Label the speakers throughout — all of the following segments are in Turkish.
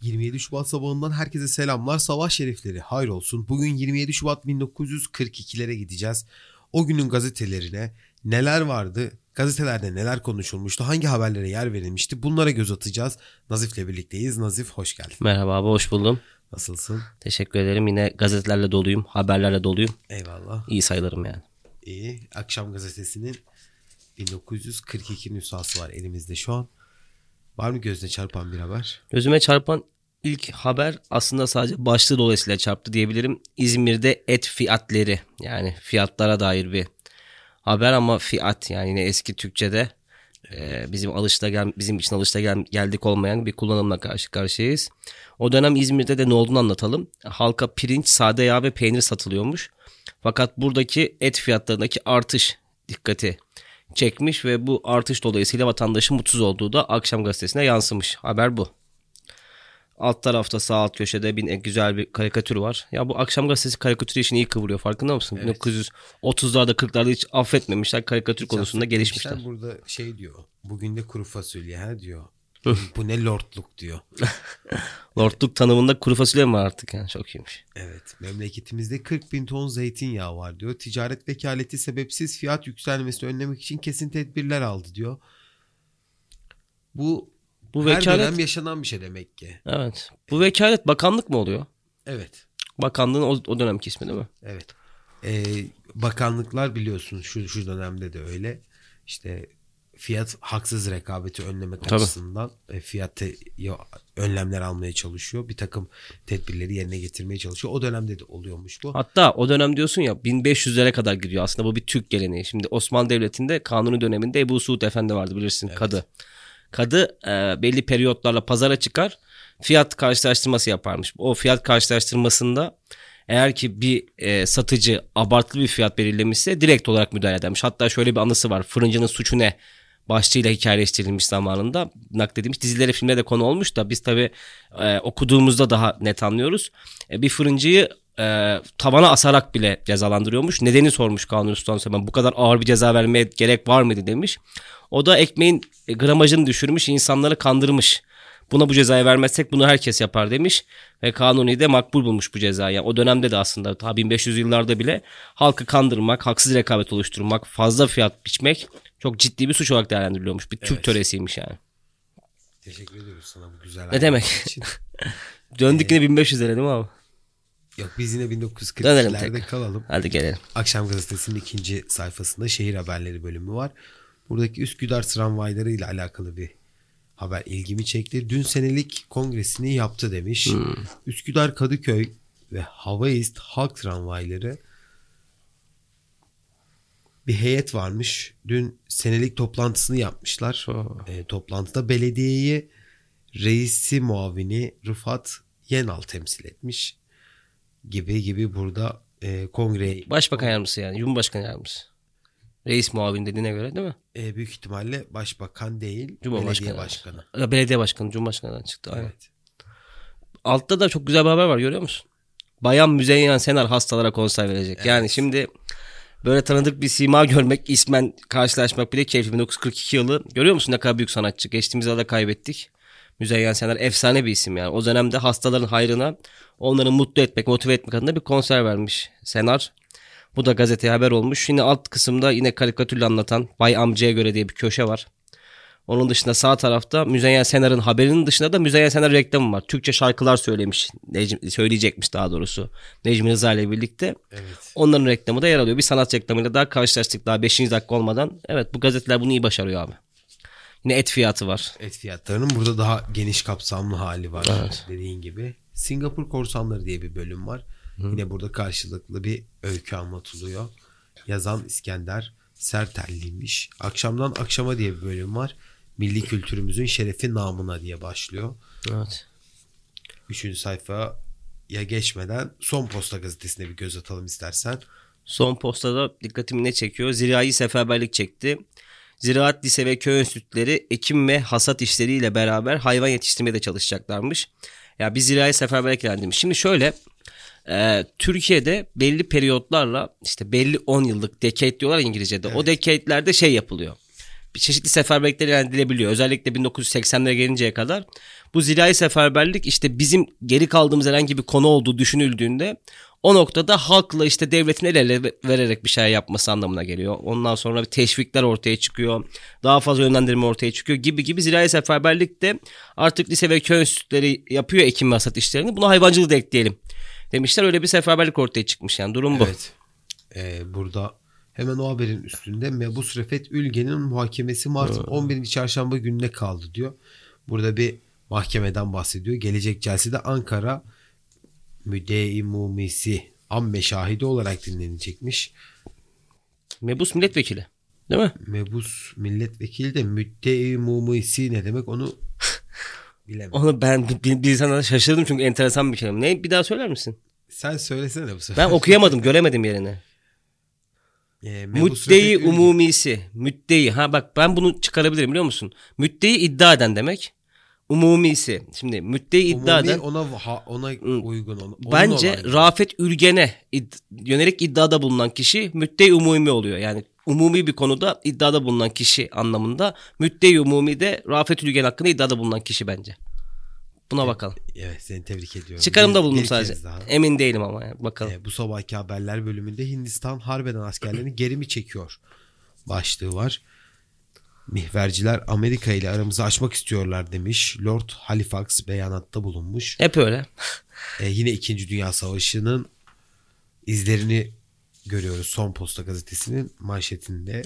Speaker 1: 27 Şubat sabahından herkese selamlar. Sabah şerifleri hayrolsun. Bugün 27 Şubat 1942'lere gideceğiz. O günün gazetelerine neler vardı? Gazetelerde neler konuşulmuştu? Hangi haberlere yer verilmişti? Bunlara göz atacağız. Nazif'le birlikteyiz. Nazif hoş geldin.
Speaker 2: Merhaba abi, hoş buldum.
Speaker 1: Nasılsın?
Speaker 2: Teşekkür ederim. Yine gazetelerle doluyum. Haberlerle doluyum.
Speaker 1: Eyvallah.
Speaker 2: İyi sayılırım yani.
Speaker 1: İyi. Akşam gazetesinin 1942 nüshası var elimizde şu an. Var mı gözüne çarpan bir haber?
Speaker 2: Gözüme çarpan ilk haber aslında sadece başlığı dolayısıyla çarptı diyebilirim. İzmir'de et fiyatları, yani fiyatlara dair bir haber ama fiyat, yani yine eski Türkçe'de bizim için geldik olmayan bir kullanımla karşı karşıyayız. O dönem İzmir'de de ne olduğunu anlatalım. Halka pirinç, sade yağ ve peynir satılıyormuş. Fakat buradaki et fiyatlarındaki artış dikkati çekmiş ve bu artış dolayısıyla vatandaşın mutsuz olduğu da Akşam Gazetesi'ne yansımış. Haber bu. Alt tarafta sağ alt köşede güzel bir karikatür var. Ya bu Akşam Gazetesi karikatür işini iyi kıvırıyor, farkında mısın? Evet. 1930'larda 40'larda hiç affetmemişler, karikatür konusunda gelişmişler.
Speaker 1: Burada diyor. Bugün de kuru fasulye diyor. Bu ne lordluk diyor.
Speaker 2: Lordluk tanımında kuru fasulye mi var artık, yani çok iyiymiş.
Speaker 1: Evet, memleketimizde 40 bin ton zeytinyağı var diyor. Ticaret vekaleti sebepsiz fiyat yükselmesini önlemek için kesin tedbirler aldı diyor. Bu her dönem yaşanan bir şey demek ki.
Speaker 2: Evet. Bu vekalet bakanlık mı oluyor?
Speaker 1: Evet.
Speaker 2: Bakanlığın o dönemki ismi değil mi?
Speaker 1: Evet. Bakanlıklar biliyorsun şu dönemde de öyle. İşte fiyat haksız rekabeti önlemek açısından fiyatta önlemler almaya çalışıyor. Bir takım tedbirleri yerine getirmeye çalışıyor. O dönemde de oluyormuş bu.
Speaker 2: Hatta o dönem diyorsun ya 1500'lere kadar gidiyor. Aslında bu bir Türk geleneği. Şimdi Osmanlı Devleti'nde Kanuni döneminde Ebu Suud Efendi vardı, bilirsin, evet. Kadı belli periyotlarla pazara çıkar, fiyat karşılaştırması yaparmış. O fiyat karşılaştırmasında eğer ki bir satıcı abartılı bir fiyat belirlemişse direkt olarak müdahale edermiş. Hatta şöyle bir anısı var. Fırıncının suçu ne başlığıyla hikayeleştirilmiş zamanında. Nakledilmiş. Dizilere, filmlere de konu olmuş da biz tabii okuduğumuzda daha net anlıyoruz. Bir fırıncıyı tavana asarak bile cezalandırıyormuş. Nedeni sormuş Kanuni Sultan Süleyman. Bu kadar ağır bir ceza vermeye gerek var mıydı demiş. O da ekmeğin gramajını düşürmüş, insanları kandırmış. Buna bu cezayı vermezsek bunu herkes yapar demiş. Ve Kanuni de makbul bulmuş bu cezayı. Yani o dönemde de aslında ta 1500 yıllarda bile halkı kandırmak, haksız rekabet oluşturmak, fazla fiyat biçmek çok ciddi bir suç olarak değerlendiriliyormuş. Bir Türk töresiymiş yani.
Speaker 1: Teşekkür ediyoruz sana bu güzel
Speaker 2: ne demek? Döndük yine 1500'lere değil mi abi?
Speaker 1: Yok, biz yine 1940'larda kalalım.
Speaker 2: Hadi gelelim.
Speaker 1: Akşam Gazetesi'nin ikinci sayfasında şehir haberleri bölümü var. Buradaki Üsküdar tramvayları ile alakalı bir haber ilgimi çekti. Dün senelik kongresini yaptı demiş. Üsküdar, Kadıköy ve Havaist halk tramvayları bir heyet varmış. Dün senelik toplantısını yapmışlar. Toplantıda belediyeyi reisi muavini Rıfat Yenal temsil etmiş. Gibi burada kongreyi...
Speaker 2: Başbakan yardımcısı, yani Cumhurbaşkanı yardımcısı. Reis muavin dediğine göre değil mi?
Speaker 1: Büyük ihtimalle başbakan değil, belediye başkanı.
Speaker 2: Belediye başkanı, Cumhurbaşkanı'ndan çıktı. Aynen.
Speaker 1: Evet.
Speaker 2: Altta da çok güzel bir haber var, görüyor musun? Bayan Müzeyyen Senar hastalara konser verecek. Evet. Yani şimdi böyle tanıdık bir sima görmek, ismen karşılaşmak bile keyifli. 1942 yılı, görüyor musun ne kadar büyük sanatçı? Geçtiğimiz yılda kaybettik. Müzeyyen Senar efsane bir isim yani. O dönemde hastaların hayrına, onları mutlu etmek, motive etmek adına bir konser vermiş Senar. Bu da gazeteye haber olmuş. Yine alt kısımda yine karikatürle anlatan Bay Amca'ya göre diye bir köşe var. Onun dışında sağ tarafta Müzeyyen Senar'ın haberinin dışında da Müzeyyen Senar reklamı var. Türkçe şarkılar söyleyecekmiş daha doğrusu. Necmi Rıza ile birlikte. Evet. Onların reklamı da yer alıyor. Bir sanat reklamıyla daha karşılaştık daha 5. dakika olmadan. Evet, bu gazeteler bunu iyi başarıyor abi. Yine et fiyatı var.
Speaker 1: Et fiyatlarının burada daha geniş kapsamlı hali var. Evet. Dediğin gibi. Singapur Korsanları diye bir bölüm var. Yine burada karşılıklı bir öykü anlatılıyor. Yazan İskender Sertelliymiş. Akşamdan Akşama diye bir bölüm var. Milli kültürümüzün şerefi namına diye başlıyor.
Speaker 2: Evet.
Speaker 1: 3. sayfaya geçmeden Son Posta gazetesine bir göz atalım istersen.
Speaker 2: Son Posta'da dikkatimi ne çekiyor? Zirai seferberlik çekti. Ziraat lise ve köy enstitüleri ekim ve hasat işleriyle beraber hayvan yetiştirmeye de çalışacaklarmış. Ya biz zirai seferberlik demiş. Şimdi şöyle, Türkiye'de belli periyotlarla işte belli 10 yıllık decade diyorlar İngilizce'de. Evet. O decade'lerde şey yapılıyor. çeşitli seferberlikler ilan edilebiliyor. Özellikle 1980'lere gelinceye kadar bu zirai seferberlik işte bizim geri kaldığımız herhangi bir konu olduğu düşünüldüğünde o noktada halkla işte devletin el ele vererek bir şey yapması anlamına geliyor. Ondan sonra bir teşvikler ortaya çıkıyor. Daha fazla yönlendirme ortaya çıkıyor gibi zirai seferberlik de artık lise ve köy enstitüleri yapıyor ekim ve hasat işlerini. Buna hayvancılığı da ekleyelim demişler. Öyle bir seferberlik ortaya çıkmış yani durum bu.
Speaker 1: Evet. Burada hemen o haberin üstünde Mebus Refet Ülgen'in muhakemesi Mart'ın 11. çarşamba gününe kaldı diyor. Burada bir mahkemeden bahsediyor. Gelecek celsede Ankara Müddei Mumisi amme şahidi olarak dinlenecekmiş.
Speaker 2: Mebus milletvekili değil mi?
Speaker 1: Mebus milletvekili de Müddei Mumisi ne demek onu bilemem.
Speaker 2: Onu ben bir sana şaşırdım çünkü enteresan bir kelime. Ne bir daha söyler misin?
Speaker 1: Sen söylesene bu sefer.
Speaker 2: Ben okuyamadım, göremedim yerini. Müddei umumisi. Müddei. Ha bak ben bunu çıkarabilirim biliyor musun? Müddei iddia eden demek. Umumisi. Şimdi müddei iddia eden.
Speaker 1: Ona uygun.
Speaker 2: Bence Rafet Ülgen'e yönelik iddiada bulunan kişi müddei umumi oluyor. Yani umumi bir konuda iddiada bulunan kişi anlamında. Müddei umumi de Rafet Ülgen hakkında iddiada bulunan kişi bence. Buna bakalım.
Speaker 1: Evet seni tebrik ediyorum.
Speaker 2: Çıkarımda bulundum sadece. Emin değilim ama yani. Bakalım.
Speaker 1: Bu sabahki haberler bölümünde Hindistan harbeden askerlerini geri mi çekiyor başlığı var. Mihverciler Amerika ile aramızı açmak istiyorlar demiş. Lord Halifax beyanatta bulunmuş.
Speaker 2: Hep öyle.
Speaker 1: Yine 2. Dünya Savaşı'nın izlerini görüyoruz. Son Posta gazetesinin manşetinde.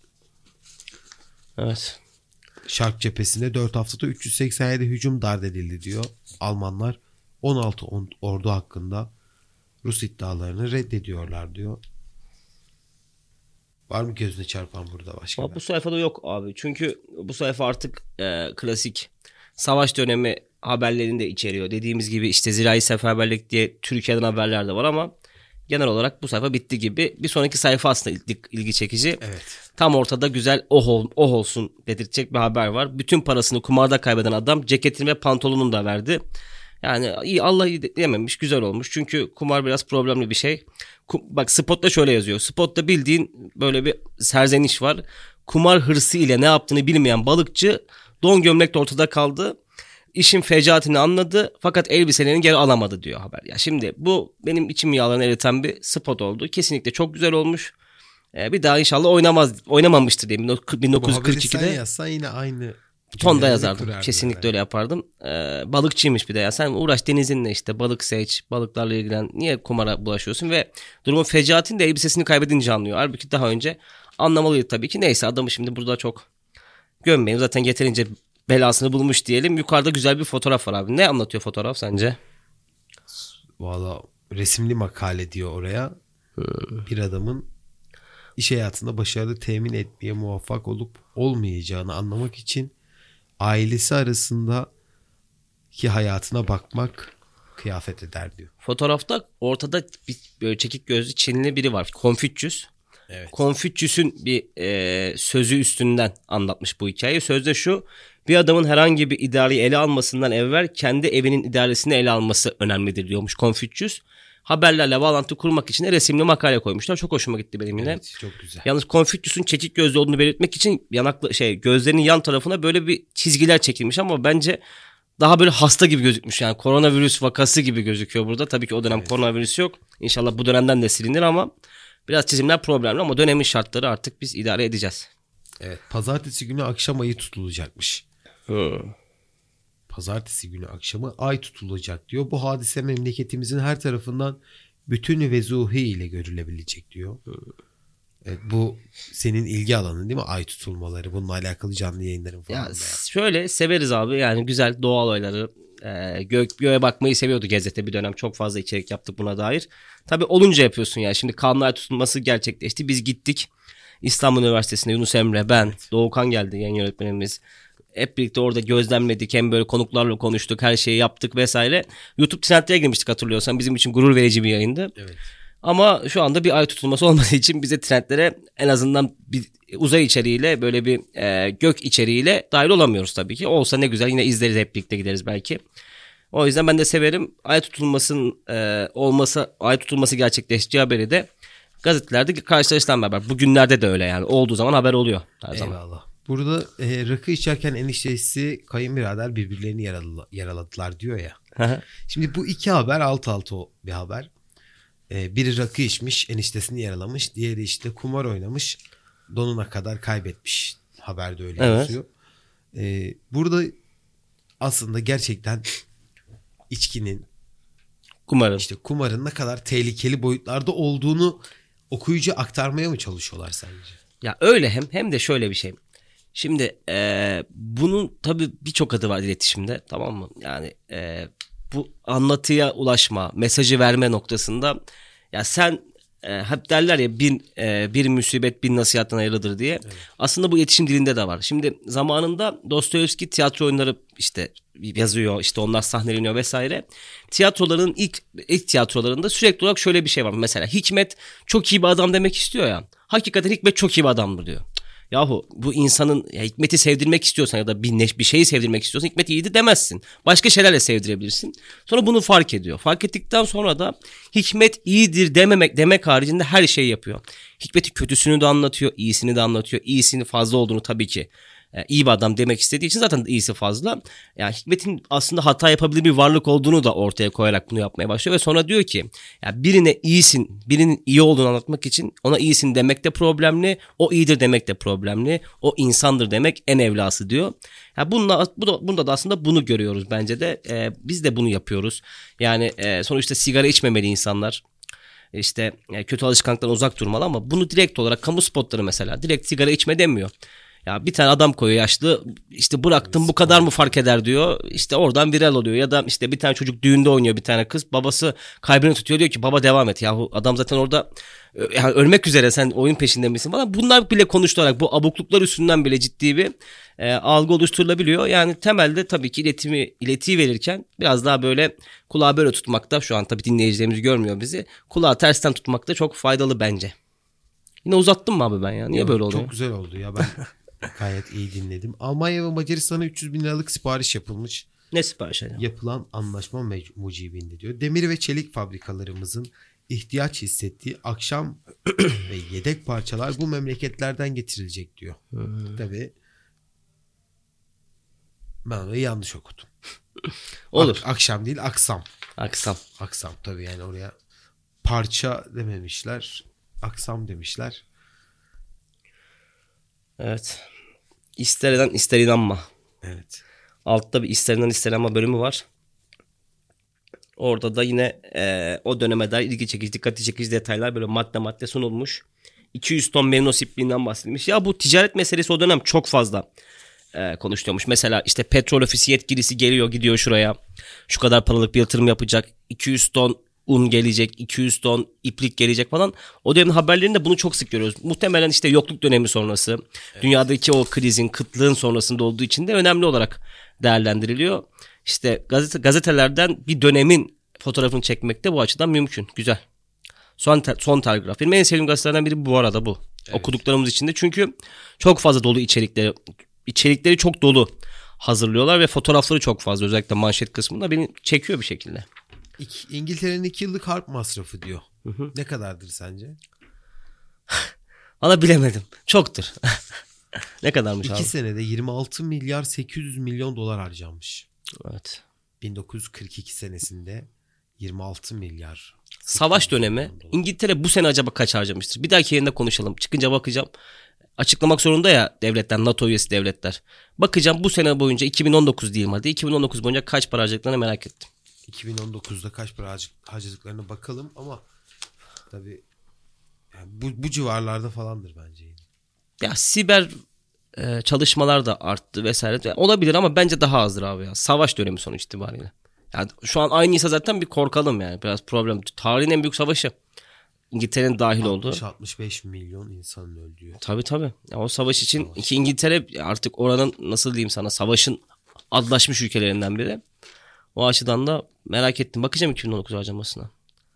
Speaker 2: Evet.
Speaker 1: Şark cephesinde 4 haftada 387 hücum darbedildi diyor. Almanlar 16 ordu hakkında Rus iddialarını reddediyorlar diyor. Var mı gözüne çarpan burada başka?
Speaker 2: Bu sayfada yok abi. Çünkü bu sayfa artık klasik savaş dönemi haberlerini de içeriyor. Dediğimiz gibi işte zirai seferberlik diye Türkiye'den haberler de var ama genel olarak bu sayfa bitti gibi. Bir sonraki sayfa aslında ilgi çekici.
Speaker 1: Evet.
Speaker 2: Tam ortada güzel oh olsun dedirtecek bir haber var. Bütün parasını kumarda kaybeden adam ceketini ve pantolonunu da verdi. Yani iyi Allah iyi dememiş, güzel olmuş. Çünkü kumar biraz problemli bir şey. Bak spotta şöyle yazıyor. Spotta bildiğin böyle bir serzeniş var. Kumar hırsı ile ne yaptığını bilmeyen balıkçı don gömlekle ortada kaldı. İşin fecaatini anladı fakat elbiselerini geri alamadı diyor haber. Ya şimdi bu benim içimi yağlarını eriten bir spot oldu. Kesinlikle çok güzel olmuş. Bir daha inşallah oynamamıştır diyeyim. 1942'de.
Speaker 1: Sen yazsan yine aynı
Speaker 2: tonda yazardım. Kesinlikle yani. Öyle yapardım. Balıkçıymış bir de ya. Sen uğraş denizinle işte balık seç, balıklarla ilgilen. Niye kumara bulaşıyorsun? Ve durumun fecaatini de elbisesini kaybedince anlıyor. Halbuki daha önce anlamalıydı tabii ki. Neyse adamı şimdi burada çok gömmeyin. Zaten yeterince belasını bulmuş diyelim. Yukarıda güzel bir fotoğraf var abi. Ne anlatıyor fotoğraf sence?
Speaker 1: Valla resimli makale diyor oraya. Bir adamın iş hayatında başarılı temin etmeye muvaffak olup olmayacağını anlamak için ailesi arasındaki hayatına bakmak kıyafet eder diyor.
Speaker 2: Fotoğrafta ortada bir böyle çekik gözlü Çinli biri var. Konfüçyüs.
Speaker 1: Evet.
Speaker 2: Konfüçyüs'ün bir sözü üstünden anlatmış bu hikayeyi. Sözde şu: bir adamın herhangi bir ideali ele almasından evvel kendi evinin idealisini ele alması önemlidir diyormuş Konfüçyüs. Haberlerle bağlantı kurmak için de resimli makale koymuşlar. Çok hoşuma gitti benim yine.
Speaker 1: Evet, çok güzel.
Speaker 2: Yalnız Konfüçyüs'ün çekik gözlü olduğunu belirtmek için gözlerinin yan tarafına böyle bir çizgiler çekilmiş ama bence daha böyle hasta gibi gözükmüş. Yani koronavirüs vakası gibi gözüküyor burada. Tabii ki o dönem koronavirüs yok. İnşallah bu dönemden de silinir ama biraz çizimler problemli ama dönemin şartları artık biz idare edeceğiz.
Speaker 1: Evet, pazartesi günü akşam ayı tutulacakmış. Pazartesi günü akşamı ay tutulacak diyor. Bu hadise memleketimizin her tarafından bütün vezuhi ile görülebilecek diyor. Evet, bu senin ilgi alanın değil mi? Ay tutulmaları, bununla alakalı canlı yayınların falan.
Speaker 2: Ya şöyle severiz abi yani güzel doğal olayları. Göğe bakmayı seviyordu Gazete bir dönem. Çok fazla içerik yaptık buna dair. Tabii olunca yapıyorsun yani. Şimdi kanun ay tutulması gerçekleşti. Biz gittik. İstanbul Üniversitesi'nde Yunus Emre, ben, Doğukan geldi yayın yönetmenimiz. Hep birlikte orada gözlemledik. Hem böyle konuklarla konuştuk. Her şeyi yaptık vesaire. YouTube trendlere girmiştik hatırlıyorsan. Bizim için gurur verici bir yayındı.
Speaker 1: Evet.
Speaker 2: Ama şu anda bir ay tutulması olmadığı için bize trendlere en azından bir uzay içeriğiyle böyle bir gök içeriğiyle dahil olamıyoruz tabii ki. Olsa ne güzel yine izleriz hep birlikte gideriz belki. O yüzden ben de severim. Ay tutulması gerçekleştiği haberi de gazetelerde karşılaşılan haber. Bugünlerde de öyle yani. Olduğu zaman haber oluyor her zaman.
Speaker 1: Eyvallah. Burada rakı içerken eniştesi kayınbirader birbirlerini yaraladılar diyor ya. Şimdi bu iki haber alt alta bir haber. Biri rakı içmiş, eniştesini yaralamış. Diğeri işte kumar oynamış, donuna kadar kaybetmiş. Haberde öyle yazıyor. Burada aslında gerçekten içkinin, kumarın ne kadar tehlikeli boyutlarda olduğunu okuyucuya aktarmaya mı çalışıyorlar sence?
Speaker 2: Ya öyle hem de şöyle bir şey. Şimdi bunun tabii birçok adı var iletişimde, tamam mı? Yani bu anlatıya ulaşma, mesajı verme noktasında ya sen hep derler ya bir musibet bin nasihattan ayrıdır diye. Evet. Aslında bu iletişim dilinde de var. Şimdi zamanında Dostoyevski tiyatro oyunları işte yazıyor, işte onlar sahneleniyor vesaire. Tiyatroların ilk tiyatrolarında sürekli olarak şöyle bir şey var. Mesela Hikmet çok iyi bir adam demek istiyor ya. Hakikaten Hikmet çok iyi bir adamdır diyor. Yahu bu insanın Hikmet'i sevdirmek istiyorsan ya da bir şeyi sevdirmek istiyorsan Hikmet iyiydi demezsin. Başka şeylerle sevdirebilirsin. Sonra bunu fark ediyor. Fark ettikten sonra da Hikmet iyidir demek haricinde her şeyi yapıyor. Hikmet'i kötüsünü de anlatıyor, iyisini de anlatıyor. İyisini fazla olduğunu tabii ki iyi bir adam demek istediği için zaten iyisi fazla. Yani Hikmet'in aslında hata yapabilir bir varlık olduğunu da ortaya koyarak bunu yapmaya başlıyor ve sonra diyor ki ya birine iyisin, birinin iyi olduğunu anlatmak için ona iyisin demek de problemli, o iyidir demek de problemli, o insandır demek en evlası diyor. Ya bunda da aslında bunu görüyoruz bence de. Biz de bunu yapıyoruz. Yani sonuçta sigara içmemeli insanlar. İşte kötü alışkanlıktan uzak durmalı ama bunu direkt olarak kamu spotları mesela direkt sigara içme demiyor. Ya bir tane adam koyuyor yaşlı, işte bıraktım bu kadar mı fark eder diyor. İşte oradan viral oluyor. Ya da işte bir tane çocuk düğünde oynuyor, bir tane kız. Babası kalbini tutuyor, diyor ki baba devam et. Yahu adam zaten orada yani ölmek üzere, sen oyun peşinde misin falan. Bunlar bile konuşularak bu abukluklar üstünden bile ciddi bir algı oluşturulabiliyor. Yani temelde tabii ki iletiyi verirken biraz daha böyle kulağı böyle tutmakta, şu an tabii dinleyicilerimiz görmüyor bizi. Kulağı tersten tutmakta çok faydalı bence. Yine uzattım mı abi ben ya? Niye
Speaker 1: yok,
Speaker 2: böyle oluyor?
Speaker 1: Çok güzel oldu ya, ben gayet iyi dinledim. Almanya ve Macaristan'a 300 bin liralık sipariş yapılmış.
Speaker 2: Ne siparişi?
Speaker 1: Yapılan anlaşma mucibinde diyor. Demir ve çelik fabrikalarımızın ihtiyaç hissettiği akşam ve yedek parçalar bu memleketlerden getirilecek diyor. Tabii ben onu yanlış okudum.
Speaker 2: Olur.
Speaker 1: Akşam değil, aksam.
Speaker 2: Aksam
Speaker 1: tabii, yani oraya parça dememişler. Aksam demişler.
Speaker 2: Evet. İster eden ister inanma.
Speaker 1: Evet.
Speaker 2: Altta bir ister inan ister inanma bölümü var. Orada da yine o döneme dair ilgi çekici, dikkati çekici detaylar böyle madde sunulmuş. 200 ton merinos ipliğinden bahsedilmiş. Ya bu ticaret meselesi o dönem çok fazla konuşuluyormuş. Mesela işte petrol ofisi yetkilisi gidiyor şuraya. Şu kadar paralık bir yatırım yapacak. 200 ton un gelecek, 200 ton iplik gelecek falan. O dönemin haberlerinde bunu çok sık görüyoruz. Muhtemelen işte yokluk dönemi sonrası, evet, dünyadaki o krizin, kıtlığın sonrasında olduğu için de önemli olarak değerlendiriliyor. İşte gazetelerden bir dönemin fotoğrafını çekmek de bu açıdan mümkün. Güzel. Son Telgraf. Benim en sevdiğim gazetelerden biri bu arada bu. Evet. Okuduklarımız içinde. Çünkü çok fazla dolu içerikleri çok dolu hazırlıyorlar ve fotoğrafları çok fazla. Özellikle manşet kısmında beni çekiyor bir şekilde.
Speaker 1: İngiltere'nin 2 yıllık harp masrafı diyor. Hı. Ne kadardır sence?
Speaker 2: Valla bilemedim. Çoktur. Ne kadarmış
Speaker 1: 2
Speaker 2: abi?
Speaker 1: 2 senede 26 milyar 800 milyon dolar harcanmış.
Speaker 2: Evet.
Speaker 1: 1942 senesinde 26 milyar.
Speaker 2: Savaş dönemi. İngiltere bu sene acaba kaç harcamıştır? Bir dahaki yerinde konuşalım. Çıkınca bakacağım. Açıklamak zorunda ya devletler, NATO üyesi devletler. Bakacağım bu sene boyunca, 2019 diyeyim hadi. 2019 boyunca kaç para harcadıklarını merak ettim.
Speaker 1: 2019'da kaç para harcadıklarına bakalım ama tabii yani bu civarlarda falandır bence.
Speaker 2: Ya siber çalışmalar da arttı vesaire. Yani olabilir ama bence daha azdır abi ya. Savaş dönemi sonuç itibariyle. Yani şu an aynıysa zaten bir korkalım yani. Biraz problem. Tarihin en büyük savaşı. İngiltere'nin dahil olduğu.
Speaker 1: 60-65 milyon insanın öldüğü.
Speaker 2: Tabii. Ya o savaş için ki İngiltere artık oranın, nasıl diyeyim sana, savaşın adlaşmış ülkelerinden biri. O açıdan da merak ettim. Bakacağım 2019 harcamasına.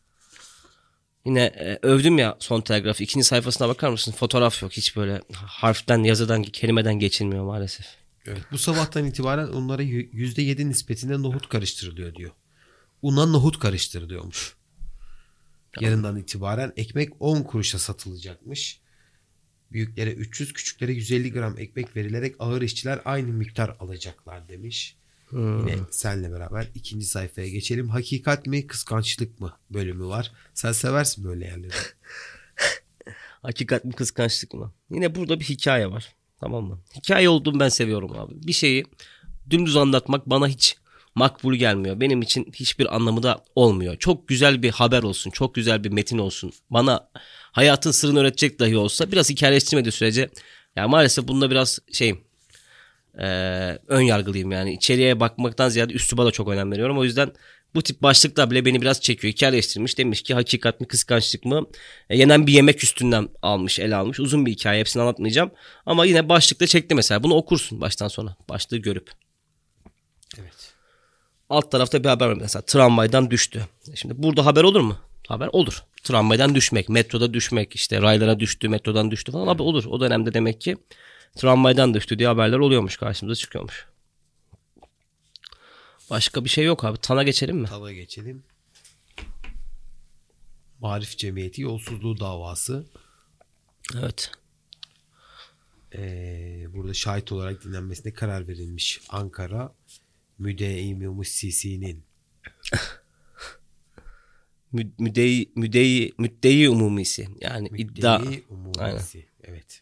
Speaker 2: Yine övdüm ya Son Telgraf. 2. sayfasına bakar mısın? Fotoğraf yok. Hiç böyle harften, yazıdan, kelimeden geçilmiyor maalesef.
Speaker 1: Evet. Bu sabahtan itibaren onlara %7 nispetinde nohut karıştırılıyor diyor. Una nohut karıştırılıyormuş. Yarından itibaren ekmek 10 kuruşa satılacakmış. Büyüklere 300, küçüklere 150 gram ekmek verilerek ağır işçiler aynı miktar alacaklar demiş. Yine senle beraber ikinci sayfaya geçelim. Hakikat mi kıskançlık mı bölümü var. Sen seversin böyle yerleri.
Speaker 2: Hakikat mi kıskançlık mı? Yine burada bir hikaye var. Tamam mı? Hikaye olduğunu ben seviyorum abi. Bir şeyi dümdüz anlatmak bana hiç makbul gelmiyor. Benim için hiçbir anlamı da olmuyor. Çok güzel bir haber olsun. Çok güzel bir metin olsun. Bana hayatın sırrını öğretecek dahi olsa biraz hikayeleştirmediği sürece ya maalesef bunda biraz ön yargılıyım yani. İçeriye bakmaktan ziyade üsluba da çok önem veriyorum. O yüzden bu tip başlıklar bile beni biraz çekiyor. Hikayeleştirmiş. Demiş ki hakikat mi kıskançlık mı? Yenen bir yemek üstünden ele almış. Uzun bir hikaye, hepsini anlatmayacağım. Ama yine başlıkta çekti mesela. Bunu okursun baştan sona. Başlığı görüp.
Speaker 1: Evet.
Speaker 2: Alt tarafta bir haber var mesela. Tramvaydan düştü. Şimdi burada haber olur mu? Haber olur. Tramvaydan düşmek, metroda düşmek, işte raylara düştü, metrodan düştü falan abi olur. O dönemde demek ki tramvaydan düştü diye haberler oluyormuş, karşımıza çıkıyormuş. Başka bir şey yok abi. TAN'a geçelim mi?
Speaker 1: TAN'a geçelim. Maarif Cemiyeti yolsuzluğu davası.
Speaker 2: Evet.
Speaker 1: Burada şahit olarak dinlenmesine karar verilmiş. Ankara Müddeyi Musisi'nin
Speaker 2: müddeyi umumisi. Yani iddia.
Speaker 1: Umumisi.
Speaker 2: Aynen.
Speaker 1: Evet.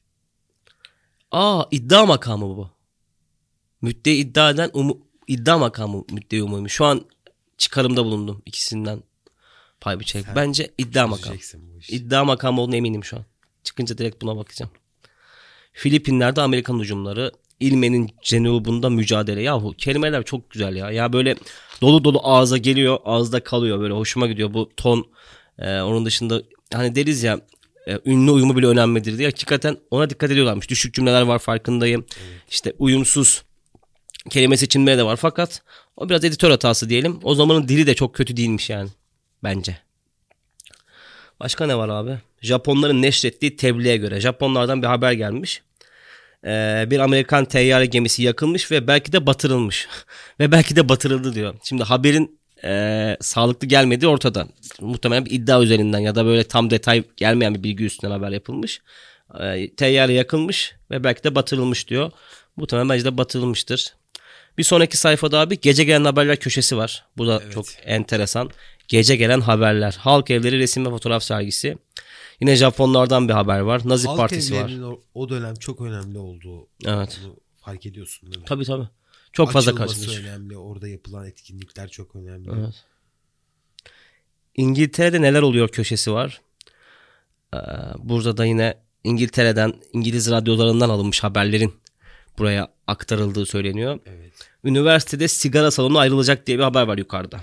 Speaker 2: İddia makamı bu. Müddeyi iddia eden iddia makamı müddeyi umumi. Şu an çıkarımda bulundum ikisinden pay biçerek. Bence iddia makamı. İddia makamı olduğuna eminim şu an. Çıkınca direkt buna bakacağım. Filipinler'de Amerikan hücumları, İlmen'in cenubunda mücadele. Yahu kelimeler çok güzel ya. Ya böyle dolu dolu ağza geliyor, ağızda kalıyor. Böyle hoşuma gidiyor bu ton. Onun dışında hani deriz ya ünlü uyumu bile önemlidir diye. Hakikaten ona dikkat ediyorlarmış. Düşük cümleler var, farkındayım. Evet. İşte uyumsuz kelime seçimleri de var. Fakat o biraz editör hatası diyelim. O zamanın dili de çok kötü değilmiş yani. Bence. Başka ne var abi? Japonların neşrettiği tebliğe göre. Japonlardan bir haber gelmiş. Bir Amerikan teyyare gemisi yakılmış ve belki de batırılmış. Ve belki de batırıldı diyor. Şimdi haberin sağlıklı gelmediği ortada. Muhtemelen bir iddia üzerinden ya da böyle tam detay gelmeyen bir bilgi üstünden haber yapılmış. Teyyare yakılmış ve belki de batırılmış diyor. Muhtemelen bence de batırılmıştır. Bir sonraki sayfada abi gece gelen haberler köşesi var. Bu da evet, çok enteresan. Gece gelen haberler. Halk evleri resim ve fotoğraf sergisi. Yine Japonlardan bir haber var. Nazi
Speaker 1: Halk
Speaker 2: Partisi var.
Speaker 1: O dönem çok önemli olduğu.
Speaker 2: Evet.
Speaker 1: Bunu fark ediyorsun değil mi?
Speaker 2: Tabii. Çok fazla
Speaker 1: karşılaşıyor.
Speaker 2: karşılaşıyor.
Speaker 1: Önemli. Orada yapılan etkinlikler çok önemli.
Speaker 2: Evet. İngiltere'de neler oluyor köşesi var. Burada da yine İngiltere'den, İngiliz radyolarından alınmış haberlerin buraya aktarıldığı söyleniyor.
Speaker 1: Evet.
Speaker 2: Üniversitede sigara salonu ayrılacak diye bir haber var yukarıda.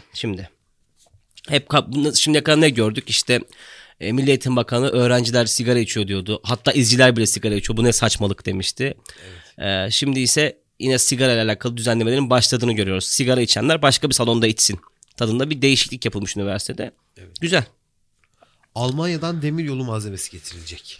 Speaker 2: Şimdiye kadar ne gördük? İşte Milli Eğitim Bakanı öğrenciler sigara içiyor diyordu. Hatta izciler bile sigara içiyor. Bu ne saçmalık demişti. Evet. Şimdi ise yine sigara ile alakalı düzenlemelerin başladığını görüyoruz. Sigara içenler başka bir salonda içsin tadında bir değişiklik yapılmış üniversitede. Evet. Güzel.
Speaker 1: Almanya'dan demiryolu malzemesi getirilecek.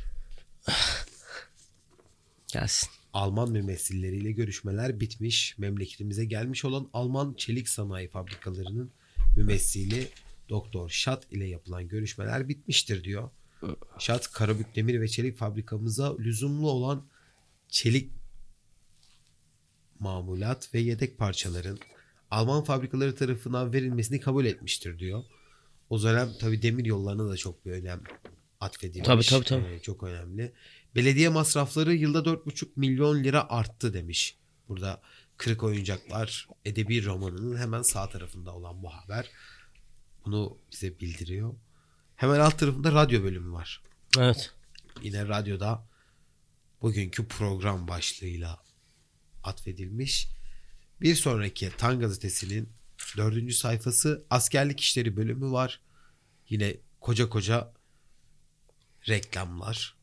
Speaker 2: Gelsin.
Speaker 1: Alman mümessilleriyle görüşmeler bitmiş. Memleketimize gelmiş olan Alman çelik sanayi fabrikalarının mümessili Doktor Schott ile yapılan görüşmeler bitmiştir diyor. Schott, Karabük Demir ve Çelik fabrikamıza lüzumlu olan çelik mamulat ve yedek parçaların Alman fabrikaları tarafından verilmesini kabul etmiştir diyor. O dönem tabii demir yollarına da çok bir önem atfedilmiş.
Speaker 2: Tabii.
Speaker 1: Çok önemli. Belediye masrafları yılda 4,5 milyon lira arttı demiş. Burada Kırık Oyuncaklar edebi romanının hemen sağ tarafında olan bu haber. Bunu bize bildiriyor. Hemen alt tarafında radyo bölümü var.
Speaker 2: Evet.
Speaker 1: Yine radyoda bugünkü program başlığıyla atfedilmiş. Bir sonraki TAN gazetesinin 4. sayfası askerlik işleri bölümü var. Yine koca reklamlar.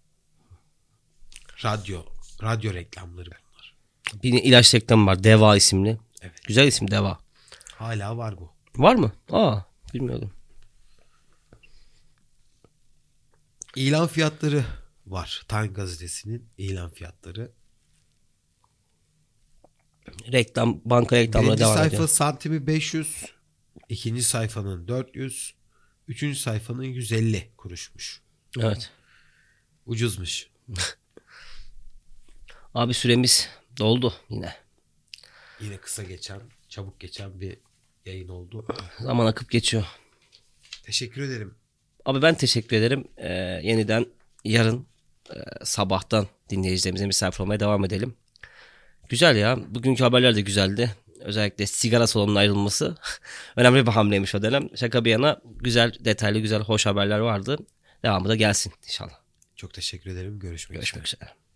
Speaker 1: Radyo reklamları bunlar.
Speaker 2: Bir ilaç reklamı var. Deva isimli.
Speaker 1: Evet.
Speaker 2: Güzel isim Deva.
Speaker 1: Hala var bu.
Speaker 2: Var mı? Bilmiyordum.
Speaker 1: İlan fiyatları var. TAN gazetesinin ilan fiyatları.
Speaker 2: Banka reklamları devam ediyor.
Speaker 1: Birinci sayfa santimi 500. İkinci sayfanın 400. Üçüncü sayfanın 150 kuruşmuş.
Speaker 2: Evet.
Speaker 1: Ucuzmuş.
Speaker 2: Abi süremiz doldu yine.
Speaker 1: Yine kısa geçen, çabuk geçen bir yayın oldu.
Speaker 2: Zaman akıp geçiyor.
Speaker 1: Teşekkür ederim.
Speaker 2: Abi ben teşekkür ederim. Yeniden yarın sabahtan dinleyicilerimize misafir olmaya devam edelim. Güzel ya. Bugünkü haberler de güzeldi. Özellikle sigara salonunun ayrılması önemli bir hamleymiş o dönem. Şaka bir yana güzel, detaylı, güzel, hoş haberler vardı. Devamı da gelsin inşallah.
Speaker 1: Çok teşekkür ederim. Görüşmek üzere.
Speaker 2: Üzere.